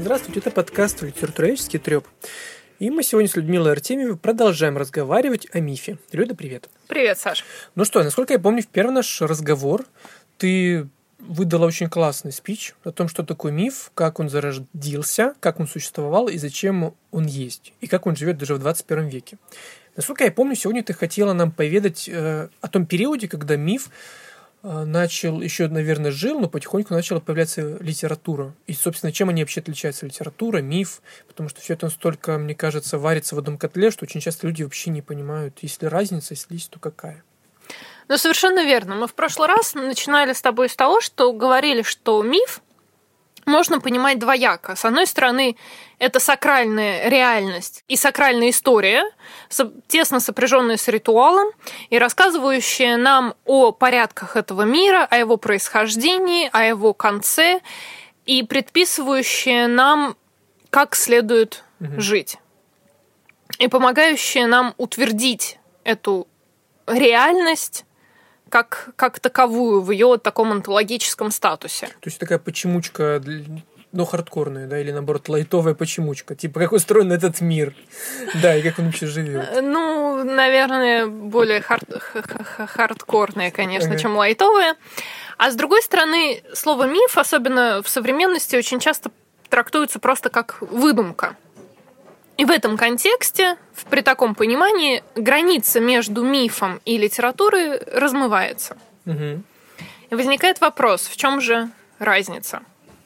Здравствуйте, это подкаст «Литературоведческий трёп». И мы сегодня с Людмилой Артемьевой продолжаем разговаривать о мифе. Люда, привет. Привет, Саш. Ну что, насколько я помню, в первый наш разговор ты выдала очень классный спич о том, что такое миф, как он зародился, как он существовал и зачем он есть, и как он живет даже в 21 веке. Насколько я помню, сегодня ты хотела нам поведать о том периоде, когда миф начал, еще, наверное, жил, но потихоньку начала появляться литература. И, собственно, чем они вообще отличаются? Литература, миф, потому что все это настолько, мне кажется, варится в одном котле, что очень часто люди вообще не понимают, есть ли разница, если есть, то какая. Ну, совершенно верно. Мы в прошлый раз начинали с тобой с того, что говорили, что миф можно понимать двояко. С одной стороны, это сакральная реальность и сакральная история, тесно сопряженная с ритуалом и рассказывающая нам о порядках этого мира, о его происхождении, о его конце и предписывающая нам, как следует жить. И помогающая нам утвердить эту реальность как таковую в ее таком онтологическом статусе. То есть такая почемучка, но хардкорная, да, или наоборот лайтовая почемучка, типа как устроен этот мир, да, и как он вообще живет. Ну, наверное, более хардкорная, конечно, чем лайтовая. А с другой стороны, слово миф, особенно в современности, очень часто трактуется просто как выдумка. И в этом контексте, при таком понимании, граница между мифом и литературой размывается. Угу. И возникает вопрос, в чем же разница?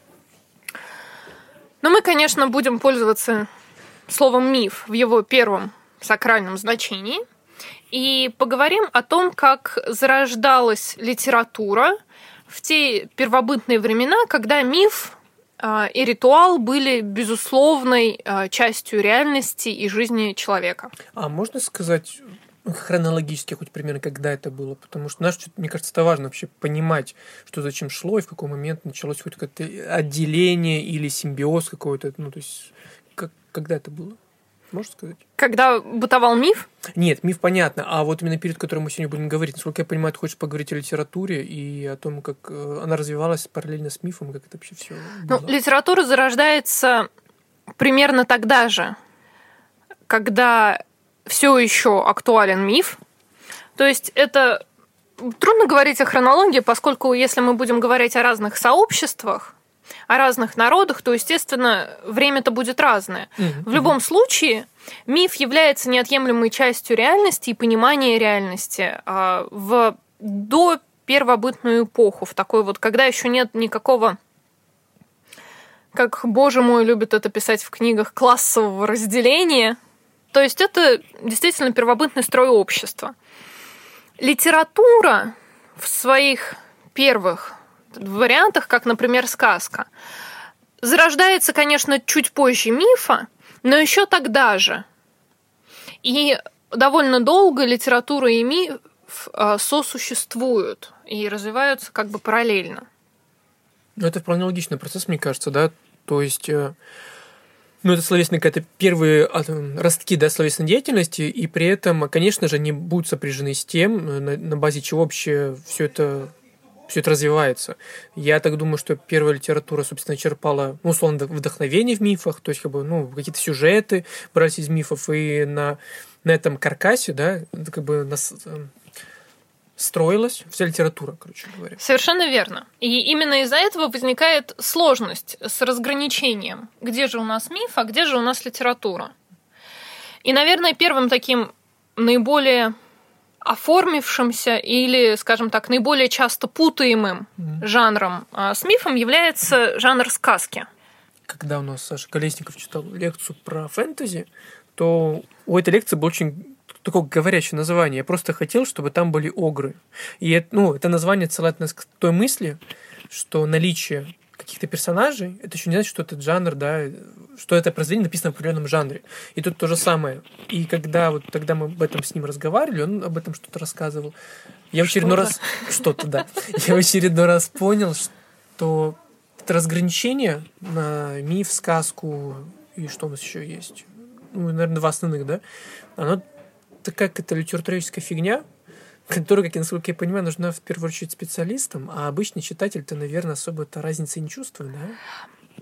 Но мы, конечно, будем пользоваться словом «миф» в его первом сакральном значении и поговорим о том, как зарождалась литература в те первобытные времена, когда миф и ритуал были безусловной частью реальности и жизни человека. А можно сказать хронологически хоть примерно, когда это было? Потому что, мне кажется, это важно вообще понимать, что зачем шло и в какой момент началось хоть какое-то отделение или симбиоз какой-то. Ну, то есть, когда это было? Можешь сказать? Когда бытовал миф? Нет, миф понятно. А вот именно перед которым мы сегодня будем говорить, насколько я понимаю, ты хочешь поговорить о литературе и о том, как она развивалась параллельно с мифом, и как это вообще все было. Ну, литература зарождается примерно тогда же, когда все еще актуален миф. То есть это трудно говорить о хронологии, поскольку если мы будем говорить о разных сообществах, о разных народах, то, естественно, время-то будет разное. В любом случае, миф является неотъемлемой частью реальности и понимания реальности в до первобытную эпоху, в такой вот, когда еще нет никакого, как, боже мой, любят это писать в книгах, классового разделения. То есть это действительно первобытный строй общества. Литература в своих первых вариантах, как, например, сказка, зарождается, конечно, чуть позже мифа, но еще тогда же. И довольно долго литература и миф сосуществуют и развиваются как бы параллельно. Ну, это вполне логичный процесс, мне кажется, да? То есть, это словесные какие-то первые ростки, да, словесной деятельности, и при этом, конечно же, они будут сопряжены с тем, на базе чего вообще все это развивается. Я так думаю, что первая литература, собственно, черпала, условно, вдохновение в мифах, то есть, какие-то сюжеты брались из мифов, и на этом каркасе, да, строилась вся литература, короче говоря. Совершенно верно. И именно из-за этого возникает сложность с разграничением, где же у нас миф, а где же у нас литература. И, наверное, первым таким наиболее оформившимся или, скажем так, наиболее часто путаемым жанром с мифом является жанр сказки. Когда у нас Саша Колесников читал лекцию про фэнтези, то у этой лекции было очень такое говорящее название. Я просто хотел, чтобы там были огры. И это название отсылает нас к той мысли, что наличие каких-то персонажей, это еще не значит, что этот жанр, да, что это произведение написано в определенном жанре. И тут то же самое. И когда тогда мы об этом с ним разговаривали, он об этом что-то рассказывал. Я в очередной раз... Что-то, да. Я в очередной раз понял, что это разграничение на миф, сказку и что у нас еще есть. Наверное, два основных, да? Оно такая какая-то литературоведческая фигня, которая, насколько я понимаю, нужна в первую очередь специалистам, а обычный читатель-то, наверное, особо-то разницы не чувствует, да?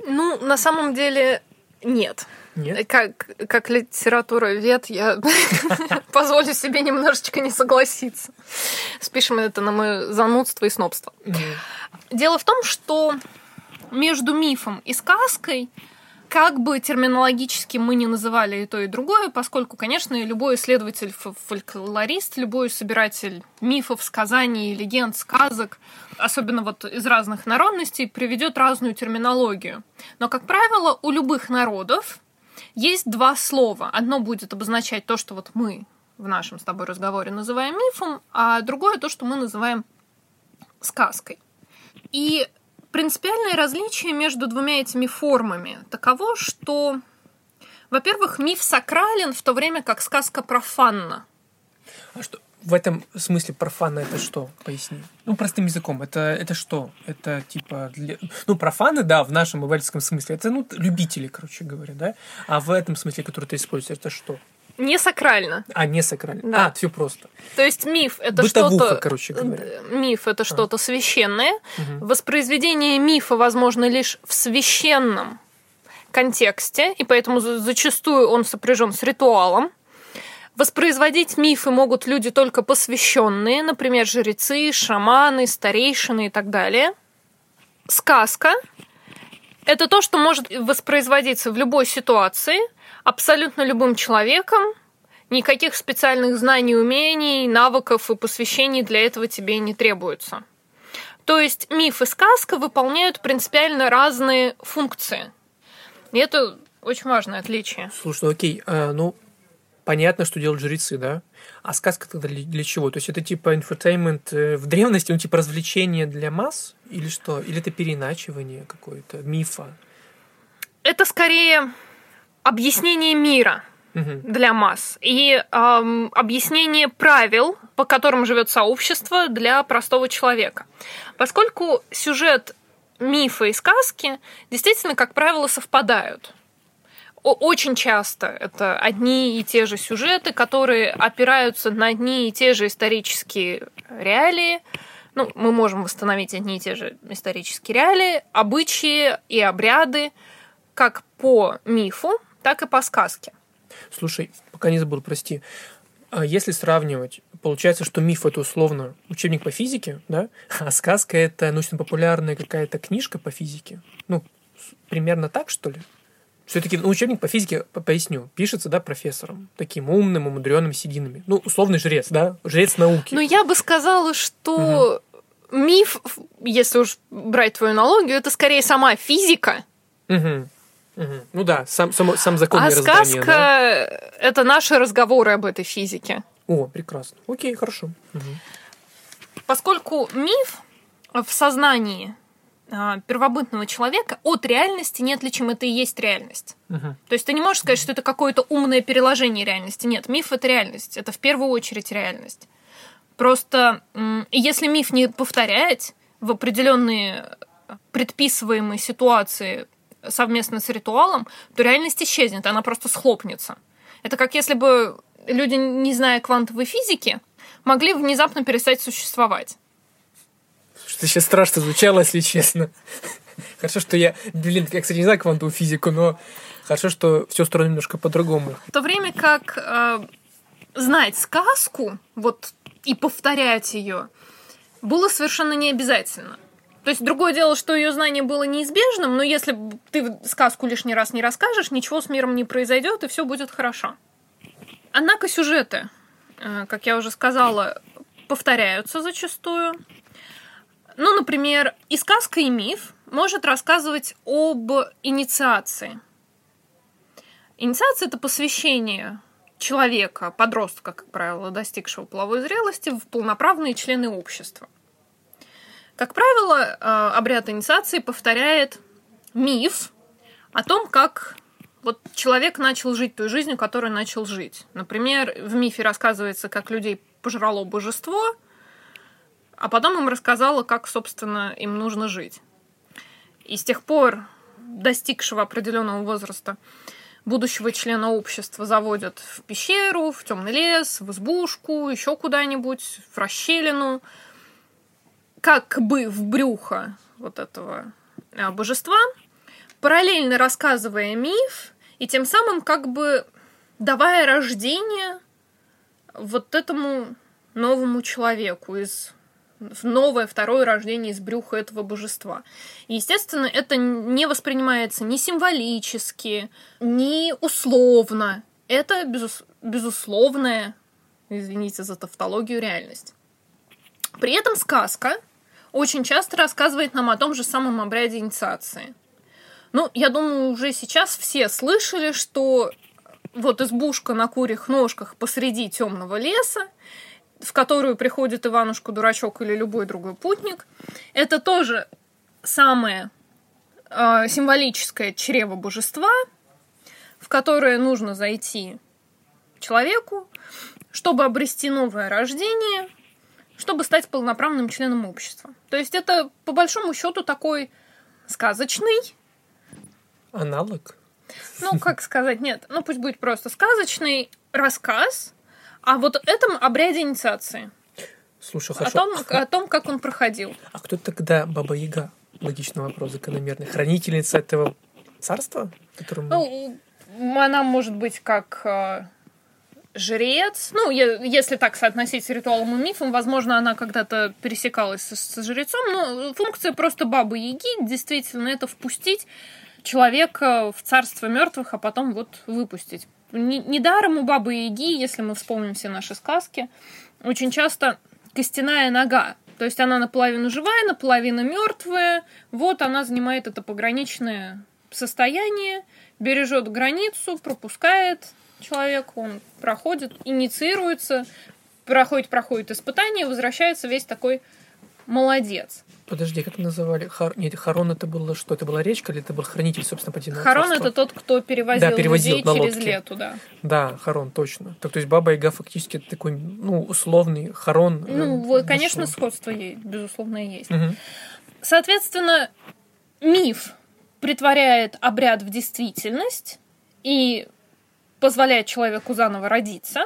Ну, на самом деле, нет. Нет? Как литературовед я позволю себе немножечко не согласиться. Спишем это на мое занудство и снобство. Дело в том, что между мифом и сказкой, как бы терминологически мы не называли и то, и другое, поскольку, конечно, любой исследователь, фольклорист, любой собиратель мифов, сказаний, легенд, сказок, особенно вот из разных народностей, приведет разную терминологию. Но, как правило, у любых народов есть два слова. Одно будет обозначать то, что вот мы в нашем с тобой разговоре называем мифом, а другое то, что мы называем сказкой. И принципиальное различие между двумя этими формами таково, что, во-первых, миф сакрален, в то время как сказка профанна. А что в этом смысле профана это что? Поясни. Ну, простым языком. Это что? Это типа... Ну, профаны, да, в нашем эвальском смысле. Это, ну, любители, короче говоря, да? А в этом смысле, который ты используешь, это что? Не сакрально. Не сакрально. Да. Все просто. То есть миф — это бытовуха, что-то... короче говоря. Миф — это что-то священное. Воспроизведение мифа возможно лишь в священном контексте, и поэтому зачастую он сопряжен с ритуалом. Воспроизводить мифы могут люди только посвященные, например, жрецы, шаманы, старейшины и так далее. Сказка — это то, что может воспроизводиться в любой ситуации, абсолютно любым человеком. Никаких специальных знаний, умений, навыков и посвящений для этого тебе не требуется. То есть миф и сказка выполняют принципиально разные функции. И это очень важное отличие. Слушай, ну окей, понятно, что делают жрецы, да? А сказка тогда для чего? То есть это типа entertainment в древности, типа развлечение для масс? Или что? Или это переиначивание какое-то мифа? Это скорее объяснение мира для масс и объяснение правил, по которым живет сообщество для простого человека. Поскольку сюжет мифа и сказки действительно, как правило, совпадают. Очень часто это одни и те же сюжеты, которые опираются на одни и те же исторические реалии. Ну, мы можем восстановить одни и те же исторические реалии, обычаи и обряды, как по мифу, так и по сказке. Слушай, пока не забыл, прости. Если сравнивать, получается, что миф — это условно учебник по физике, да? А сказка — это научно-популярная какая-то книжка по физике. Ну, примерно так, что ли? Все-таки учебник по физике, поясню, пишется, да, профессором, таким умным, умудренным, сединами. Ну, условный жрец, да, жрец науки. Ну, я бы сказала, что миф, если уж брать твою аналогию, это скорее сама физика. Ну да, сам закон мироздания. А сказка — это наши разговоры об этой физике. О, прекрасно. Окей, хорошо. Поскольку миф в сознании первобытного человека от реальности неотличим, это и есть реальность. То есть ты не можешь сказать, что это какое-то умное переложение реальности. Нет, миф — это реальность. Это в первую очередь реальность. Просто если миф не повторять в определенные предписываемые ситуации совместно с ритуалом, то реальность исчезнет, она просто схлопнется. Это как если бы люди, не зная квантовой физики, могли внезапно перестать существовать. Что сейчас страшно звучало, если честно. Хорошо, что я, кстати, не знаю квантовую физику, но хорошо, что все устроено немножко по-другому. В то время как знать сказку, вот, и повторять ее, было совершенно не обязательно. То есть другое дело, что ее знание было неизбежным, но если ты сказку лишний раз не расскажешь, ничего с миром не произойдет, и все будет хорошо. Однако сюжеты, как я уже сказала, повторяются зачастую. Ну, например, и сказка, и миф может рассказывать об инициации. Инициация — это посвящение человека, подростка, как правило, достигшего половой зрелости, в полноправные члены общества. Как правило, обряд инициации повторяет миф о том, как вот человек начал жить той жизнью, которую начал жить. Например, в мифе рассказывается, как людей пожрало божество, а потом им рассказало, как, собственно, им нужно жить. И с тех пор достигшего определенного возраста будущего члена общества заводят в пещеру, в темный лес, в избушку, еще куда-нибудь, в расщелину, как бы в брюхо вот этого божества, параллельно рассказывая миф и тем самым как бы давая рождение вот этому новому человеку, новое второе рождение из брюха этого божества. И, естественно, это не воспринимается ни символически, ни условно. Это безусловная, извините за тавтологию, реальность. При этом сказка очень часто рассказывает нам о том же самом обряде инициации. Ну, я думаю, уже сейчас все слышали, что вот избушка на курьих ножках посреди темного леса, в которую приходит Иванушка-дурачок или любой другой путник, это тоже самое символическое чрево божества, в которое нужно зайти человеку, чтобы обрести новое рождение, чтобы стать полноправным членом общества. То есть это, по большому счету, такой сказочный... Аналог? Ну, как сказать, нет. Ну, пусть будет просто сказочный рассказ о вот этом обряде инициации. Слушай, хорошо. О том, как он проходил. А кто тогда Баба-Яга? Логичный вопрос, закономерный. Хранительница этого царства? Ну, она может быть как жрец. Ну, если так соотносить с ритуалом и мифом, возможно, она когда-то пересекалась с жрецом, но функция просто Бабы-Яги действительно это впустить человека в царство мертвых, а потом вот выпустить. Недаром у Бабы-Яги, если мы вспомним все наши сказки, очень часто костяная нога. То есть она наполовину живая, наполовину мертвая. Вот она занимает это пограничное состояние, бережет границу, пропускает человека, он проходит, инициируется, проходит испытание, возвращается весь такой молодец. Подожди, как называли? Харон это было что? Это была речка или это был хранитель, собственно, подземного Харон царства? это тот, кто перевозил людей через лету, да. Да, Харон, точно. Так, то есть Баба-Яга фактически такой, условный Харон. Ну, конечно, сходство ей, безусловно, есть. Угу. Соответственно, миф претворяет обряд в действительность и позволяет человеку заново родиться,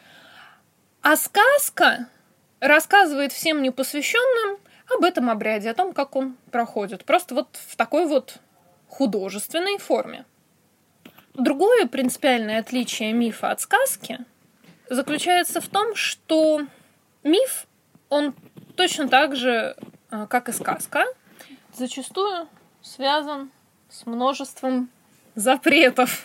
а сказка рассказывает всем непосвященным об этом обряде, о том, как он проходит. Просто вот в такой вот художественной форме. Другое принципиальное отличие мифа от сказки заключается в том, что миф, он точно так же, как и сказка, зачастую связан с множеством запретов.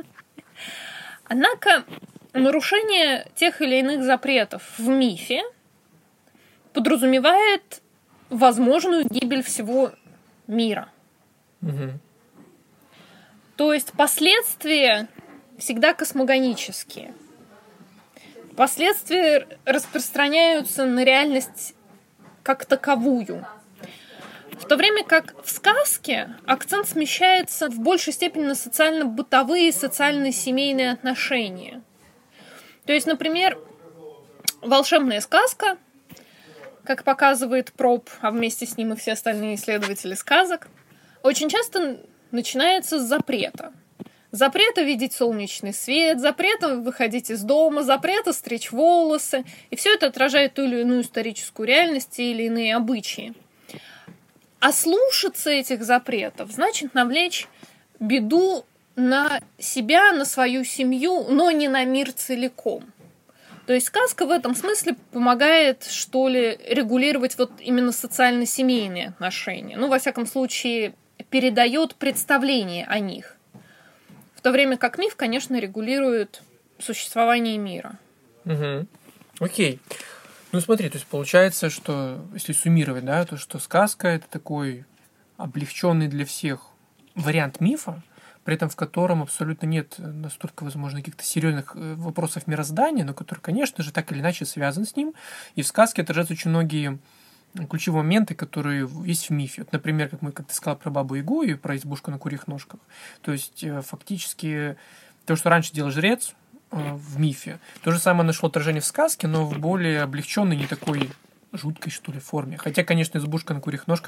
Однако нарушение тех или иных запретов в мифе подразумевает возможную гибель всего мира. Угу. То есть последствия всегда космогонические. Последствия распространяются на реальность как таковую. В то время как в сказке акцент смещается в большей степени на социально-бытовые, социально-семейные отношения. То есть, например, волшебная сказка, как показывает Проб, а вместе с ним и все остальные исследователи сказок, очень часто начинается с запрета. Запрета видеть солнечный свет, запрета выходить из дома, запрета стричь волосы. И все это отражает ту или иную историческую реальность или иные обычаи. А слушаться этих запретов значит навлечь беду на себя, на свою семью, но не на мир целиком. То есть сказка в этом смысле помогает, что ли, регулировать вот именно социально-семейные отношения. Ну, во всяком случае, передает представление о них. В то время как миф, конечно, регулирует существование мира. Угу. Окей. Ну, смотри, то есть получается, что, если суммировать, да, то, что сказка — это такой облегченный для всех вариант мифа, при этом в котором абсолютно нет настолько, возможно, каких-то серьезных вопросов мироздания, но который, конечно же, так или иначе связан с ним. И в сказке отражаются очень многие ключевые моменты, которые есть в мифе. Вот, например, как ты сказал про Бабу-Ягу и про избушку на курьих ножках. То есть, фактически, то, что раньше делал жрец в мифе, то же самое нашло отражение в сказке, но в более облегченной, не такой жуткой, что ли, форме. Хотя, конечно, избушка на курьих ножках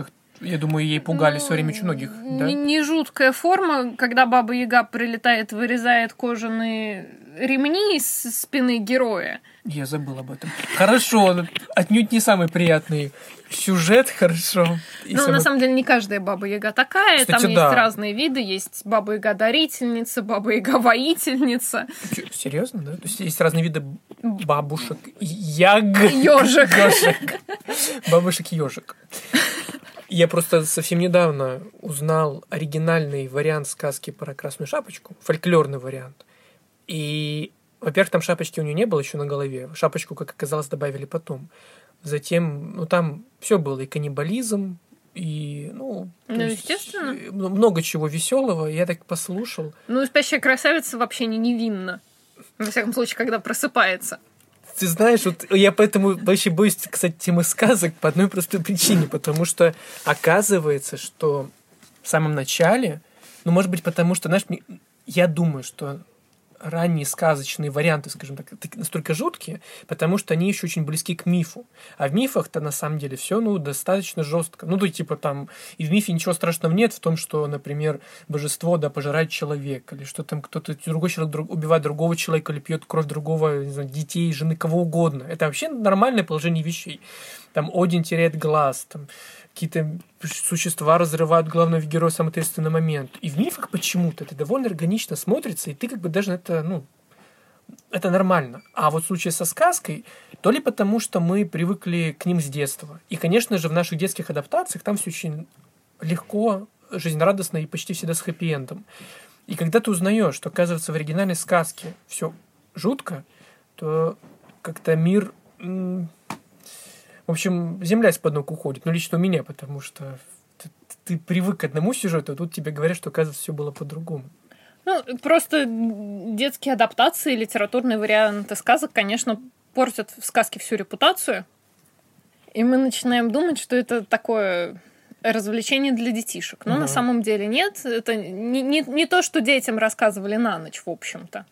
Я думаю, ей пугали в свое время очень многих, да? Не жуткая форма, когда Баба Яга прилетает, вырезает кожаные ремни из спины героя. Я забыл об этом. Хорошо, отнюдь не самый приятный сюжет, хорошо. На самом деле, не каждая Баба Яга такая. Кстати, там да. есть разные виды. Есть Баба Яга дарительница, Баба Яга воительница. Серьезно, да? То есть разные виды бабушек яг. Ёжик. Бабушек ежик. Я просто совсем недавно узнал оригинальный вариант сказки про Красную Шапочку, фольклорный вариант. И, во-первых, там шапочки у нее не было еще на голове. Шапочку, как оказалось, добавили потом. Затем, там все было, и каннибализм, и, естественно. Много чего веселого. Я так послушал. Спящая красавица вообще не невинна. Во всяком случае, когда просыпается. Ты знаешь, вот я поэтому вообще боюсь, кстати, темы сказок по одной простой причине, потому что оказывается, что в самом начале, может быть, потому что, знаешь, я думаю, что ранние сказочные варианты, скажем так, настолько жуткие, потому что они еще очень близки к мифу. А в мифах-то на самом деле все, достаточно жестко. И в мифе ничего страшного нет в том, что, например, божество, пожирает человека, или что там кто-то, другой человек убивает другого человека, или пьет кровь другого, не знаю, детей, жены, кого угодно. Это вообще нормальное положение вещей. Там Один теряет глаз, там какие-то существа разрывают главного героя в самый ответственный момент. И в мифах почему-то это довольно органично смотрится, и ты даже это нормально. А вот в случае со сказкой, то ли потому, что мы привыкли к ним с детства. И, конечно же, в наших детских адаптациях там все очень легко, жизнерадостно и почти всегда с хэппи-эндом. И когда ты узнаешь, что, оказывается, в оригинальной сказке все жутко, то как-то мир... В общем, земля из-под ног уходит. Лично у меня, потому что ты привык к одному сюжету, а тут тебе говорят, что, оказывается, все было по-другому. Просто детские адаптации, литературные варианты сказок, конечно, портят в сказке всю репутацию. И мы начинаем думать, что это такое развлечение для детишек. Но на самом деле нет. Это не то, что детям рассказывали на ночь, в общем-то.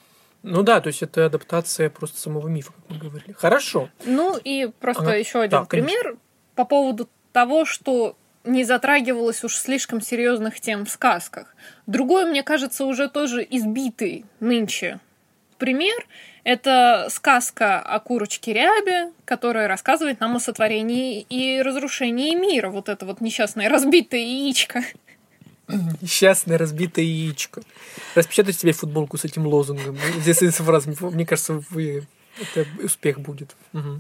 То есть это адаптация просто самого мифа, как мы говорили. Хорошо. И просто еще один пример по поводу того, что не затрагивалось уж слишком серьезных тем в сказках. Другой, мне кажется, уже тоже избитый нынче пример – это сказка о курочке Рябе, которая рассказывает нам о сотворении и разрушении мира. Вот это вот несчастное разбитое яичко. Несчастное разбитое яичко. Распечатайте себе футболку с этим лозунгом. Здесь эта фраза, мне кажется, это успех будет. Угу.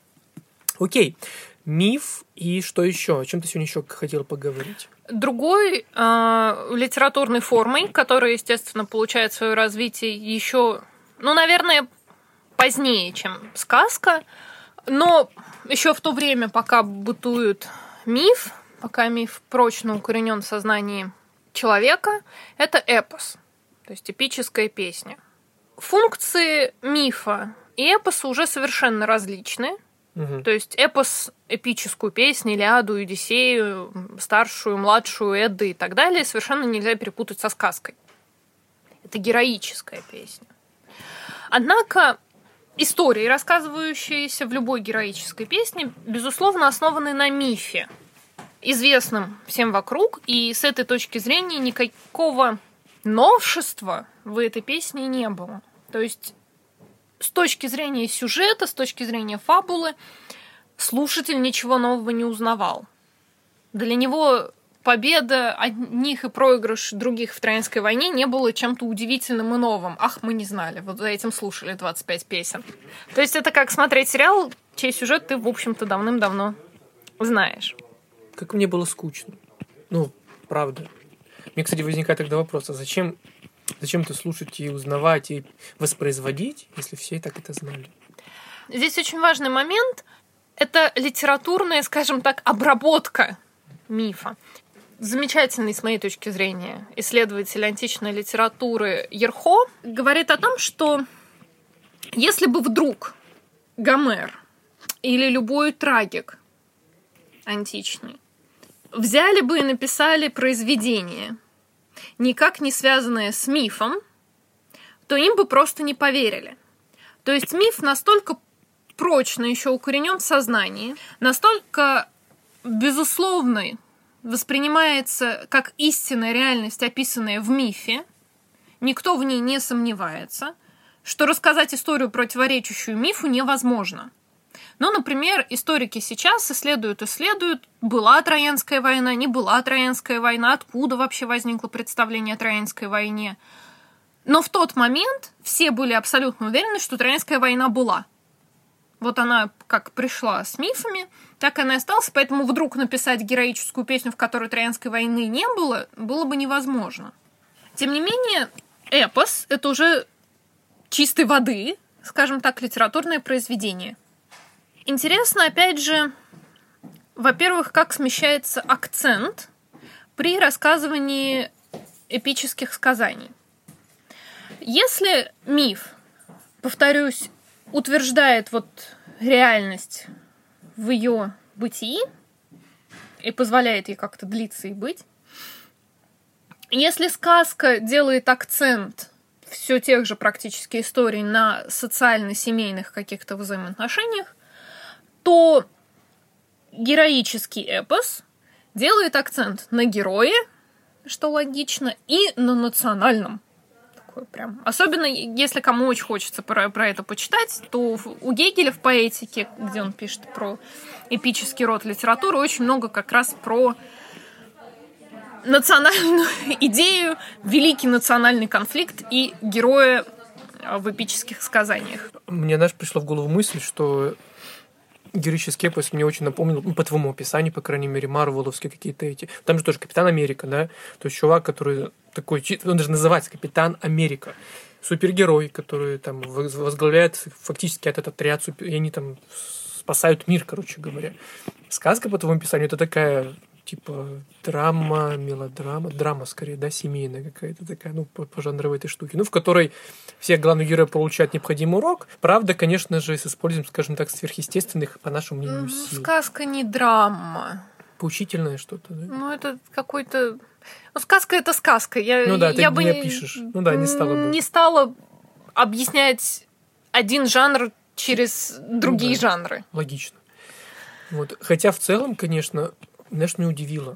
Окей. Миф и что еще? О чем ты сегодня еще хотела поговорить? Другой литературной формой, которая, естественно, получает свое развитие еще, наверное, позднее, чем сказка, но еще в то время, пока бытует миф, пока миф прочно укоренен в сознании человека, это эпос, то есть эпическая песня. Функции мифа и эпоса уже совершенно различны. То есть эпос, эпическую песню, Илиаду, Одиссею, старшую, младшую, Эдду и так далее совершенно нельзя перепутать со сказкой. Это героическая песня. Однако истории, рассказывающиеся в любой героической песне, безусловно, основаны на мифе, известном всем вокруг, и с этой точки зрения никакого новшества в этой песне не было. То есть с точки зрения сюжета, с точки зрения фабулы, слушатель ничего нового не узнавал. Для него победа одних и проигрыш других в Троянской войне не было чем-то удивительным и новым. Ах, мы не знали, вот за этим слушали 25 песен. То есть это как смотреть сериал, чей сюжет ты, в общем-то, давным-давно знаешь. Как мне было скучно. Правда. Мне, кстати, возникает тогда вопрос, а зачем это слушать и узнавать, и воспроизводить, если все и так это знали? Здесь очень важный момент. Это литературная, скажем так, обработка мифа. Замечательный, с моей точки зрения, исследователь античной литературы Ерхо говорит о том, что если бы вдруг Гомер или любой трагик античный взяли бы и написали произведение, никак не связанное с мифом, то им бы просто не поверили. То есть миф настолько прочно еще укоренен в сознании, настолько безусловной воспринимается как истинная реальность, описанная в мифе, никто в ней не сомневается, что рассказать историю, противоречащую мифу, невозможно. Ну, например, историки сейчас исследуют, была Троянская война, не была Троянская война, откуда вообще возникло представление о Троянской войне. Но в тот момент все были абсолютно уверены, что Троянская война была. Вот она как пришла с мифами, так она и осталась, поэтому вдруг написать героическую песню, в которой Троянской войны не было, было бы невозможно. Тем не менее, эпос — это уже чистой воды, скажем так, литературное произведение. Интересно, опять же, во-первых, как смещается акцент при рассказывании эпических сказаний. Если миф, повторюсь, утверждает вот реальность в ее бытии и позволяет ей как-то длиться и быть, если сказка делает акцент все тех же практически историй на социально-семейных каких-то взаимоотношениях, то героический эпос делает акцент на герое, что логично, и на национальном. Такое прям. Особенно, если кому очень хочется про это почитать, то у Гегеля в поэтике, где он пишет про эпический род литературы, очень много как раз про национальную идею, великий национальный конфликт и героя в эпических сказаниях. Мне, знаешь, пришла в голову мысль, что героический эпос мне очень напомнил, по твоему описанию, по крайней мере, марвеловские какие-то эти. Там же тоже Капитан Америка, да? То есть чувак, который такой, он даже называется Капитан Америка. Супергерой, который там возглавляет фактически этот отряд, и они там спасают мир, короче говоря. Сказка, по твоему описанию, это такая, типа, драма скорее, да, семейная какая-то такая, ну, по жанровой этой штуке, ну, в которой все главные герои получают необходимый урок. Правда, конечно же, с использованием, скажем так, сверхъестественных, по нашему мнению, сил. Сказка не драма. Поучительное что-то, да? Ну, это какой-то... Ну, сказка — это сказка. Ну да, ты не опишешь. Ну да, не стала бы. Не стала объяснять один жанр через другие жанры. Логично. Вот. Хотя в целом, конечно, знаешь, меня удивило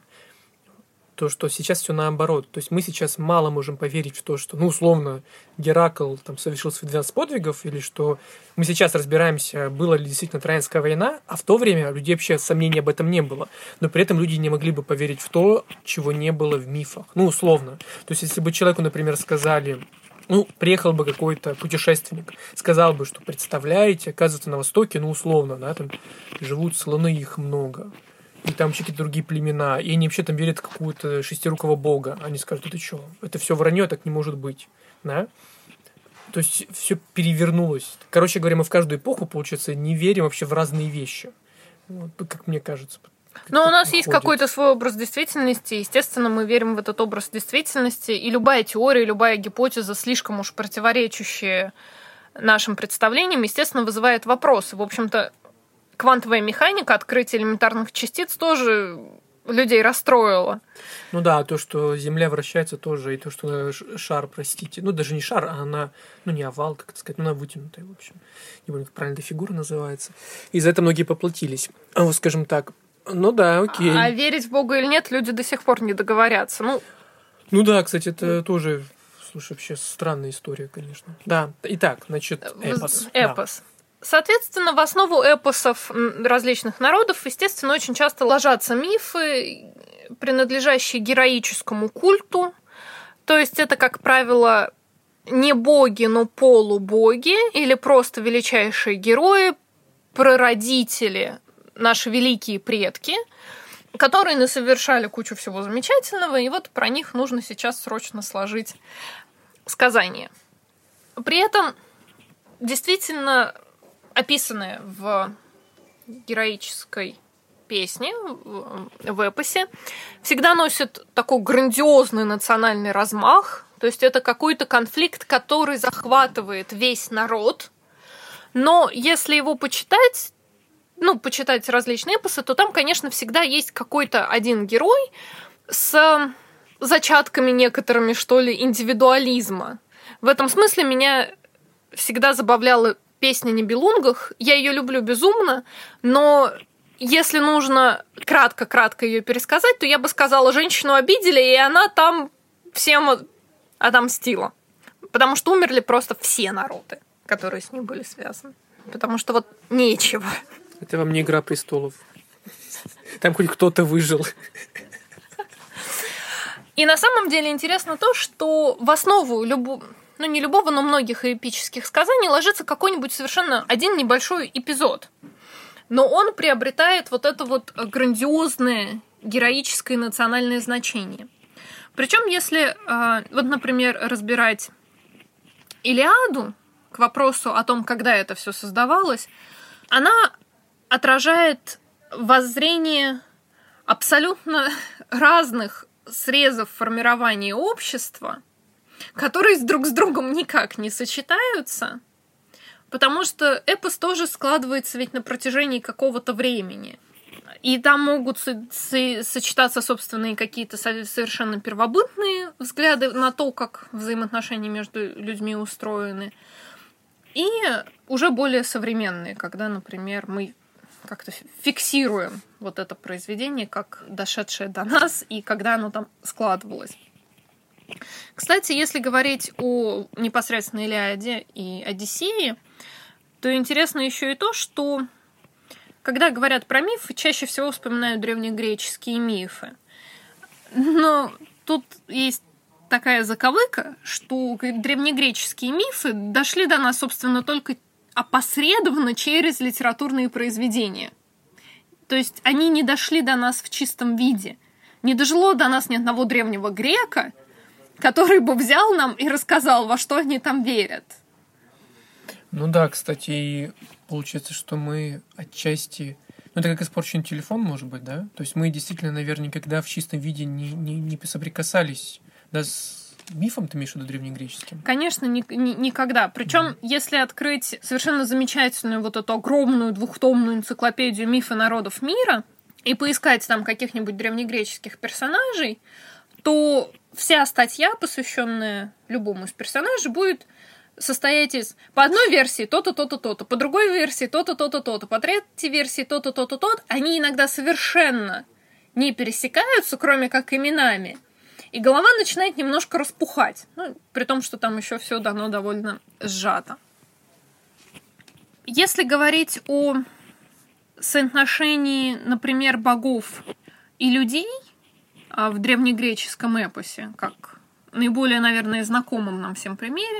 то, что сейчас все наоборот. То есть мы сейчас мало можем поверить в то, что, ну, условно, Геракл там совершил свои 12 подвигов, или что мы сейчас разбираемся, была ли действительно Троянская война, а в то время у людей вообще сомнений об этом не было. Но при этом люди не могли бы поверить в то, чего не было в мифах. Ну, условно. То есть если бы человеку, например, сказали... Ну, приехал бы какой-то путешественник, сказал бы, что, представляете, оказывается, на Востоке, ну, условно, да, там живут слоны, их много. И там вообще какие-то другие племена, и они вообще там верят в какого-то шестирукого бога. Они скажут, это что? Это все вранье, так не может быть. Да? То есть все перевернулось. Короче говоря, мы в каждую эпоху, получается, не верим вообще в разные вещи. Вот, как мне кажется. Но у нас есть какой-то свой образ действительности. Естественно, мы верим в этот образ действительности. И любая теория, любая гипотеза, слишком уж противоречащая нашим представлениям, естественно, вызывает вопросы. В общем-то, квантовая механика, открытие элементарных частиц тоже людей расстроило. Ну да, то, что Земля вращается тоже, и то, что шар, простите, ну даже не шар, а она, ну не овал, как это сказать, ну она вытянутая, в общем. Не помню, как правильно эта фигура называется. И за это многие поплатились. А вот, скажем так, ну да, окей. А верить в Бога или нет, люди до сих пор не договорятся. Ну да, кстати, это тоже, слушай, вообще странная история, конечно. Да, итак, значит, эпос. Эпос. Да. Соответственно, в основу эпосов различных народов, естественно, очень часто ложатся мифы, принадлежащие героическому культу. То есть это, как правило, не боги, но полубоги или просто величайшие герои, прародители, наши великие предки, которые насовершали кучу всего замечательного, и вот про них нужно сейчас срочно сложить сказание. При этом действительно описанное в героической песне, в эпосе, всегда носит такой грандиозный национальный размах. То есть это какой-то конфликт, который захватывает весь народ. Но если его почитать, почитать различные эпосы, то там, конечно, всегда есть какой-то один герой с зачатками некоторыми, что ли, индивидуализма. В этом смысле меня всегда забавляла песня «Нибелунгах». Я ее люблю безумно, но если нужно кратко ее пересказать, то я бы сказала, женщину обидели, и она там всем отомстила. Потому что умерли просто все народы, которые с ним были связаны. Потому что вот нечего. Это вам не «Игра престолов». Там хоть кто-то выжил. И на самом деле интересно то, что в основу не любого, но многих эпических сказаний ложится какой-нибудь совершенно один небольшой эпизод. Но он приобретает вот это вот грандиозное, героическое национальное значение. Причем, если, вот, например, разбирать «Илиаду», к вопросу о том, когда это все создавалось, она отражает воззрение абсолютно разных срезов формирования общества, которые друг с другом никак не сочетаются, потому что эпос тоже складывается ведь на протяжении какого-то времени. И там могут сочетаться собственные какие-то совершенно первобытные взгляды на то, как взаимоотношения между людьми устроены, и уже более современные, когда, например, мы как-то фиксируем вот это произведение как дошедшее до нас и когда оно там складывалось. Кстати, если говорить о непосредственно Илиаде и Одиссее, то интересно еще и то, что когда говорят про мифы, чаще всего вспоминают древнегреческие мифы. Но тут есть такая заковыка, что древнегреческие мифы дошли до нас, собственно, только опосредованно через литературные произведения. То есть они не дошли до нас в чистом виде. Не дожило до нас ни одного древнего грека, который бы взял нам и рассказал, во что они там верят. Ну да, кстати, и получается, что мы отчасти... Ну, это как испорченный телефон, может быть, да? То есть мы действительно, наверное, никогда в чистом виде не соприкасались, да, с мифом, ты имеешь в виду древнегреческим? Конечно, никогда. Причем, если открыть совершенно замечательную вот эту огромную двухтомную энциклопедию «Мифы народов мира» и поискать там каких-нибудь древнегреческих персонажей, то вся статья, посвященная любому из персонажей, будет состоять из по одной версии то-то, то-то, то-то, по другой версии то-то, то-то, то-то, по третьей версии то-то, то-то, то-то. Они иногда совершенно не пересекаются, кроме как именами. И голова начинает немножко распухать. Ну, при том, что там еще все дано довольно сжато. Если говорить о соотношении, например, богов и людей в древнегреческом эпосе, как наиболее, наверное, знакомом нам всем примере,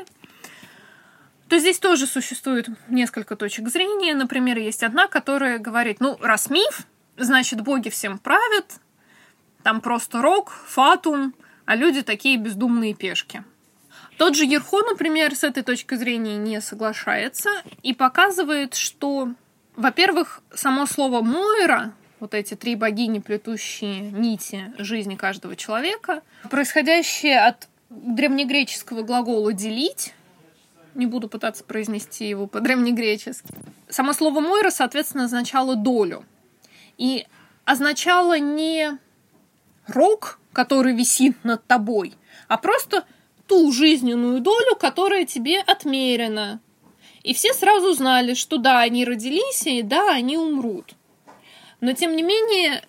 то здесь тоже существует несколько точек зрения. Например, есть одна, которая говорит, ну, раз миф, значит, боги всем правят, там просто рок, фатум, а люди такие бездумные пешки. Тот же Ерхо, например, с этой точки зрения не соглашается и показывает, что, во-первых, само слово «Мойра», вот эти три богини, плетущие нити жизни каждого человека, происходящее от древнегреческого глагола «делить», не буду пытаться произнести его по-древнегречески. Само слово «Мойра», соответственно, означало «долю». И означало не рог, который висит над тобой, а просто ту жизненную долю, которая тебе отмерена. И все сразу знали, что да, они родились, и да, они умрут. Но, тем не менее,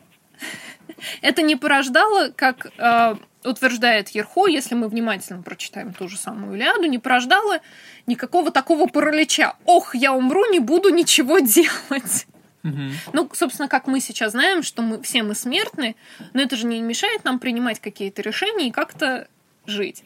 это не порождало, как утверждает Ерхо, если мы внимательно прочитаем ту же самую Илиаду, не порождало никакого такого паралича. Ох, я умру, не буду ничего делать. Ну, собственно, как мы сейчас знаем, что все мы смертны, но это же не мешает нам принимать какие-то решения и как-то жить.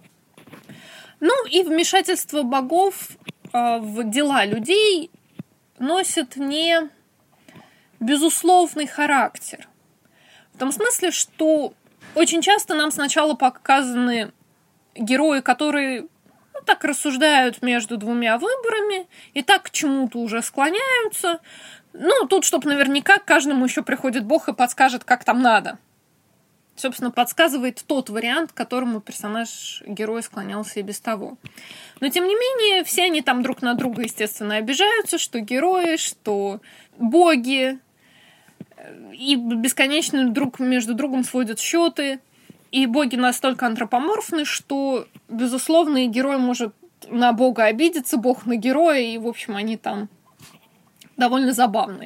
Ну, и вмешательство богов в дела людей носит не безусловный характер. В том смысле, что очень часто нам сначала показаны герои, которые так рассуждают между двумя выборами и так к чему-то уже склоняются. Ну, тут, чтобы наверняка, к каждому еще приходит Бог и подскажет, как там надо. Собственно, подсказывает тот вариант, к которому персонаж-герой склонялся и без того. Но, тем не менее, все они там друг на друга, естественно, обижаются, что герои, что боги, и бесконечно друг между другом сводят счеты. И боги настолько антропоморфны, что, безусловно, и герой может на бога обидеться, бог на героя, и, в общем, они там довольно забавные.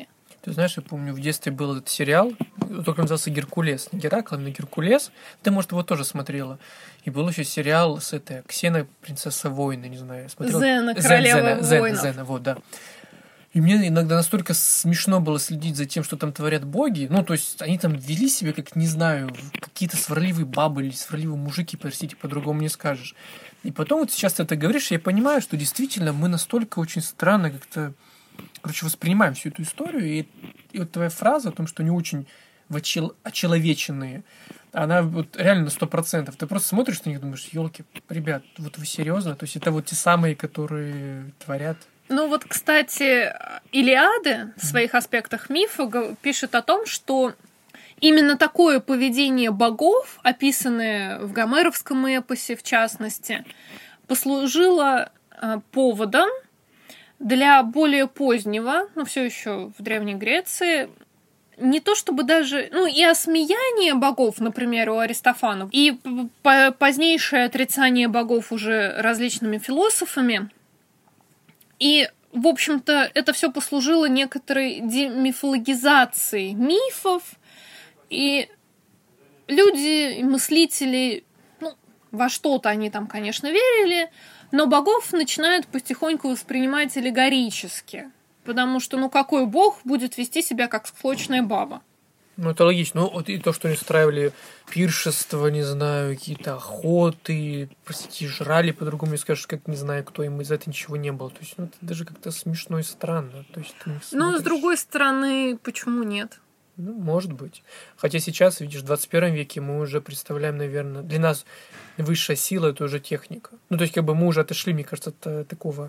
Ты знаешь, я помню, в детстве был этот сериал, только назывался «Геркулес». Не Геракл, но «Геркулес». Ты, может, его тоже смотрела. И был еще сериал с этой Ксена, принцесса воина, не знаю. Смотрела? Зена, королева воинов. Зена, вот, да. И мне иногда настолько смешно было следить за тем, что там творят боги. Ну, то есть, они там вели себя, как, не знаю, какие-то сварливые бабы или сварливые мужики, простите, по-другому не скажешь. И потом вот сейчас ты это говоришь, я понимаю, что действительно мы настолько очень странно как-то, воспринимаем всю эту историю. И вот твоя фраза о том, что они очень очеловеченные, она вот реально на 100%. Ты просто смотришь на них и думаешь, елки, ребят, вот вы серьезно? То есть это вот те самые, которые творят. Ну вот, кстати, Илиады в своих аспектах мифа пишет о том, что именно такое поведение богов, описанное в гомеровском эпосе, в частности, послужило поводом для более позднего, но все еще в Древней Греции, не то чтобы даже, и осмеяние богов, например, у Аристофана, и позднейшее отрицание богов уже различными философами. И, в общем-то, это все послужило некоторой демифологизацией мифов, и люди, мыслители, во что-то они там, конечно, верили, но богов начинают потихоньку воспринимать аллегорически, потому что, какой бог будет вести себя как склочная баба? Это логично. Вот и то, что они устраивали пиршества, не знаю, какие-то охоты, простите, жрали, по-другому не скажешь, как не знаю, кто им из этого ничего не было. То есть, это даже как-то смешно и странно. То есть, с другой стороны, почему нет? Может быть. Хотя сейчас, видишь, в 21 веке мы уже представляем, наверное, для нас высшая сила — это уже техника. То есть, мы уже отошли, мне кажется, от такого...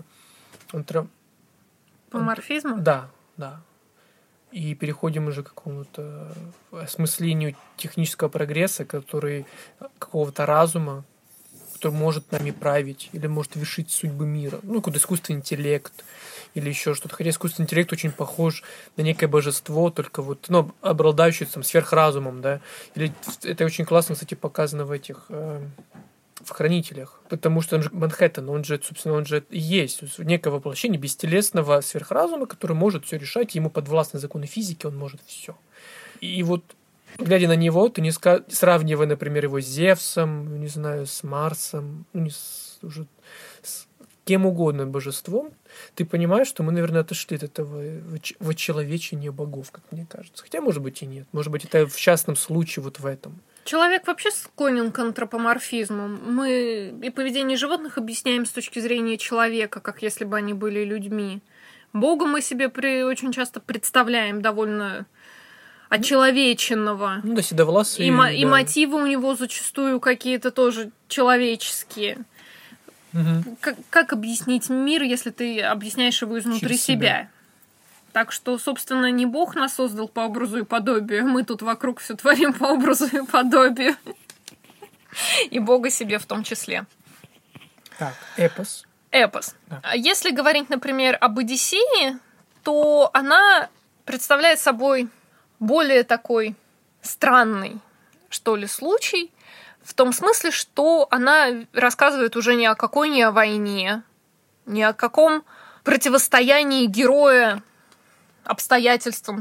Поморфизма? Да. И переходим уже к какому-то осмыслению технического прогресса, какого-то разума, который может нами править или может вершить судьбы мира. Какой-то искусственный интеллект или еще что-то. Хотя искусственный интеллект очень похож на некое божество, только обладающее сверхразумом, да. Или это очень классно, кстати, показано в в «Хранителях», потому что он же Манхэттен, он же и есть некое воплощение бестелесного сверхразума, который может все решать, ему подвластны законы физики, он может все. И вот, глядя на него, ты не сравнивая, например, его с Зевсом, не знаю, с Марсом, с кем угодно божеством, ты понимаешь, что мы, наверное, отошли от этого вочеловечения богов, как мне кажется. Хотя, может быть, и нет. Может быть, это в частном случае в этом. Человек вообще склонен к антропоморфизму. Мы и поведение животных объясняем с точки зрения человека, как если бы они были людьми. Бога мы себе очень часто представляем довольно очеловеченного. Седовласый. И мотивы у него зачастую какие-то тоже человеческие. Угу. Как объяснить мир, если ты объясняешь его изнутри себя? Так что, собственно, не Бог нас создал по образу и подобию. Мы тут вокруг все творим по образу и подобию. И Бога себе в том числе. Так, эпос. Да. Если говорить, например, об Одиссее, то она представляет собой более такой странный, что ли, случай, в том смысле, что она рассказывает уже ни о войне, ни о каком противостоянии героя обстоятельствам,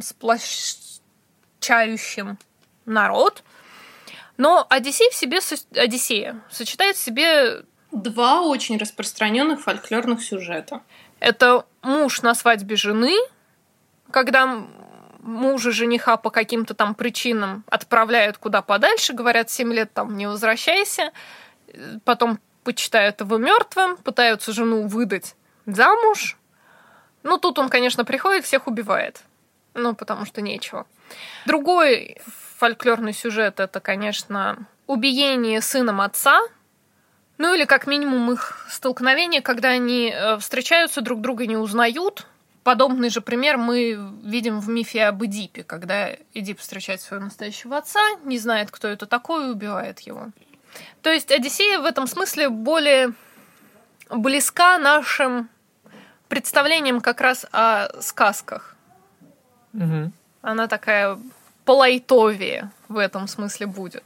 сплощающим народ. Но Одиссея сочетает в себе два очень распространенных фольклорных сюжета. Это муж на свадьбе жены, когда мужа жениха по каким-то там причинам отправляют куда подальше, говорят, 7 лет там не возвращайся, потом почитают его мертвым, пытаются жену выдать замуж. Тут он, конечно, приходит, всех убивает. Потому что нечего. Другой фольклорный сюжет — это, конечно, убиение сыном отца. Или, как минимум, их столкновение, когда они встречаются, друг друга не узнают. Подобный же пример мы видим в мифе об Эдипе, когда Эдип встречает своего настоящего отца, не знает, кто это такой, и убивает его. То есть Одиссея в этом смысле более близка нашим представлением как раз о сказках. Угу. Она такая полайтовее в этом смысле будет.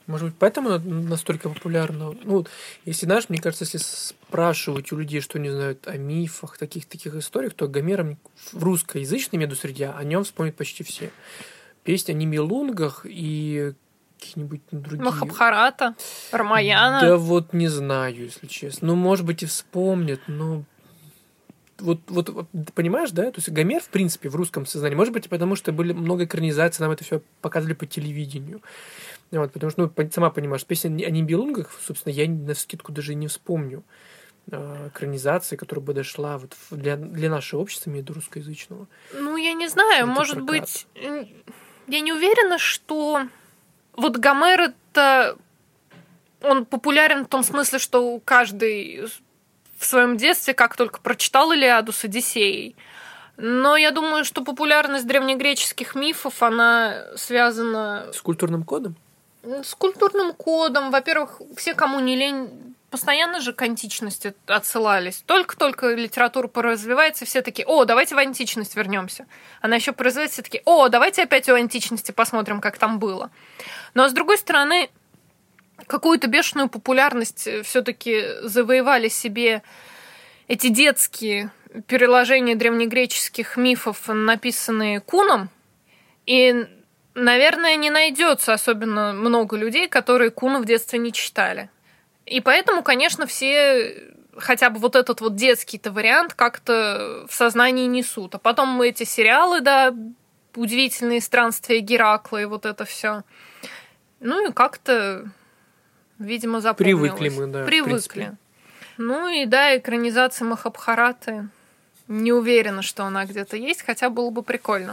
Может быть, поэтому она настолько популярна? Ну, если, знаешь, мне кажется, если спрашивать у людей, что они знают о мифах, таких историях, то Гомера в русскоязычной медусреде о нем вспомнят почти все. Песни о Нибелунгах и какие-нибудь другие. Махабхарата, Рамаяна. Да вот не знаю, если честно. Ну, может быть, и вспомнят, но... Вот, понимаешь, да? То есть Гомер, в принципе, в русском сознании, может быть, потому что были много экранизаций, нам это все показывали по телевидению. Вот, потому что, ну, сама понимаешь, песня о Нибелунгах, собственно, я навскидку даже не вспомню экранизации, которая бы дошла вот для нашего общества, имею в виду русскоязычного. Ну, я не знаю, это может прокат. быть... Я не уверена, что... Вот Гомер это... Он популярен в том смысле, что каждый в своем детстве как только прочитал Илиаду с Одиссеей. Но я думаю, что популярность древнегреческих мифов, она связана... С культурным кодом? С культурным кодом. Во-первых, все, кому не лень, постоянно же к античности отсылались. Только-только литература поразвивается, все такие: о, давайте в античность вернемся. Она еще поразвивается, все такие: о, давайте опять у античности посмотрим, как там было. Но, с другой стороны, какую-то бешеную популярность все-таки завоевали себе эти детские переложения древнегреческих мифов, написанные Куном. И, наверное, не найдется особенно много людей, которые Куна в детстве не читали. И поэтому, конечно, все хотя бы вот этот вот детский-то вариант как-то в сознании несут. А потом эти сериалы, да, удивительные странствия Геракла и вот это все. Ну и как-то, видимо, запомнилось. Привыкли мы, да. Привыкли. Ну и да, экранизация Махабхараты. Не уверена, что она где-то есть, хотя было бы прикольно.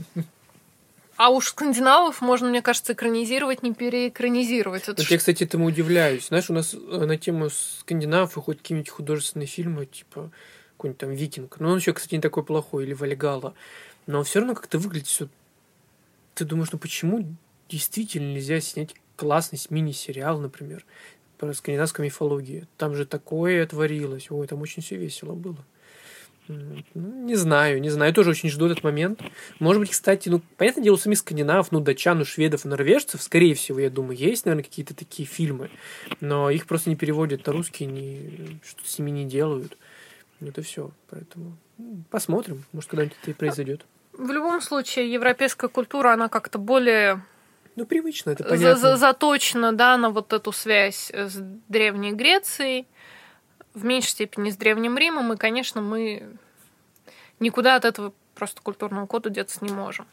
А уж скандинавов можно, мне кажется, экранизировать, не переэкранизировать. Вот я, кстати, этому удивляюсь. Знаешь, у нас на тему скандинавов выходят какие-нибудь художественные фильмы, типа какой-нибудь там «Викинг». Ну, он еще, кстати, не такой плохой, или «Вальгалла». Но все равно как-то выглядит все. Ты думаешь, ну почему действительно нельзя снять классный мини-сериал, например, по скандинавской мифологии? Там же такое творилось. Ой, там очень все весело было. Не знаю. Я тоже очень жду этот момент. Может быть, кстати, ну, понятное дело, у самих скандинавов, ну, датчан, шведов и норвежцев, скорее всего, я думаю, есть, наверное, какие-то такие фильмы, но их просто не переводят на русский, что-то с ними не делают. Это все. Поэтому посмотрим, может, когда-нибудь это и произойдет. В любом случае, европейская культура, она как-то более... Ну, привычно, это понятно. Заточена, да, на вот эту связь с Древней Грецией, в меньшей степени с Древним Римом, и, конечно, мы никуда от этого просто культурного кода деться не можем.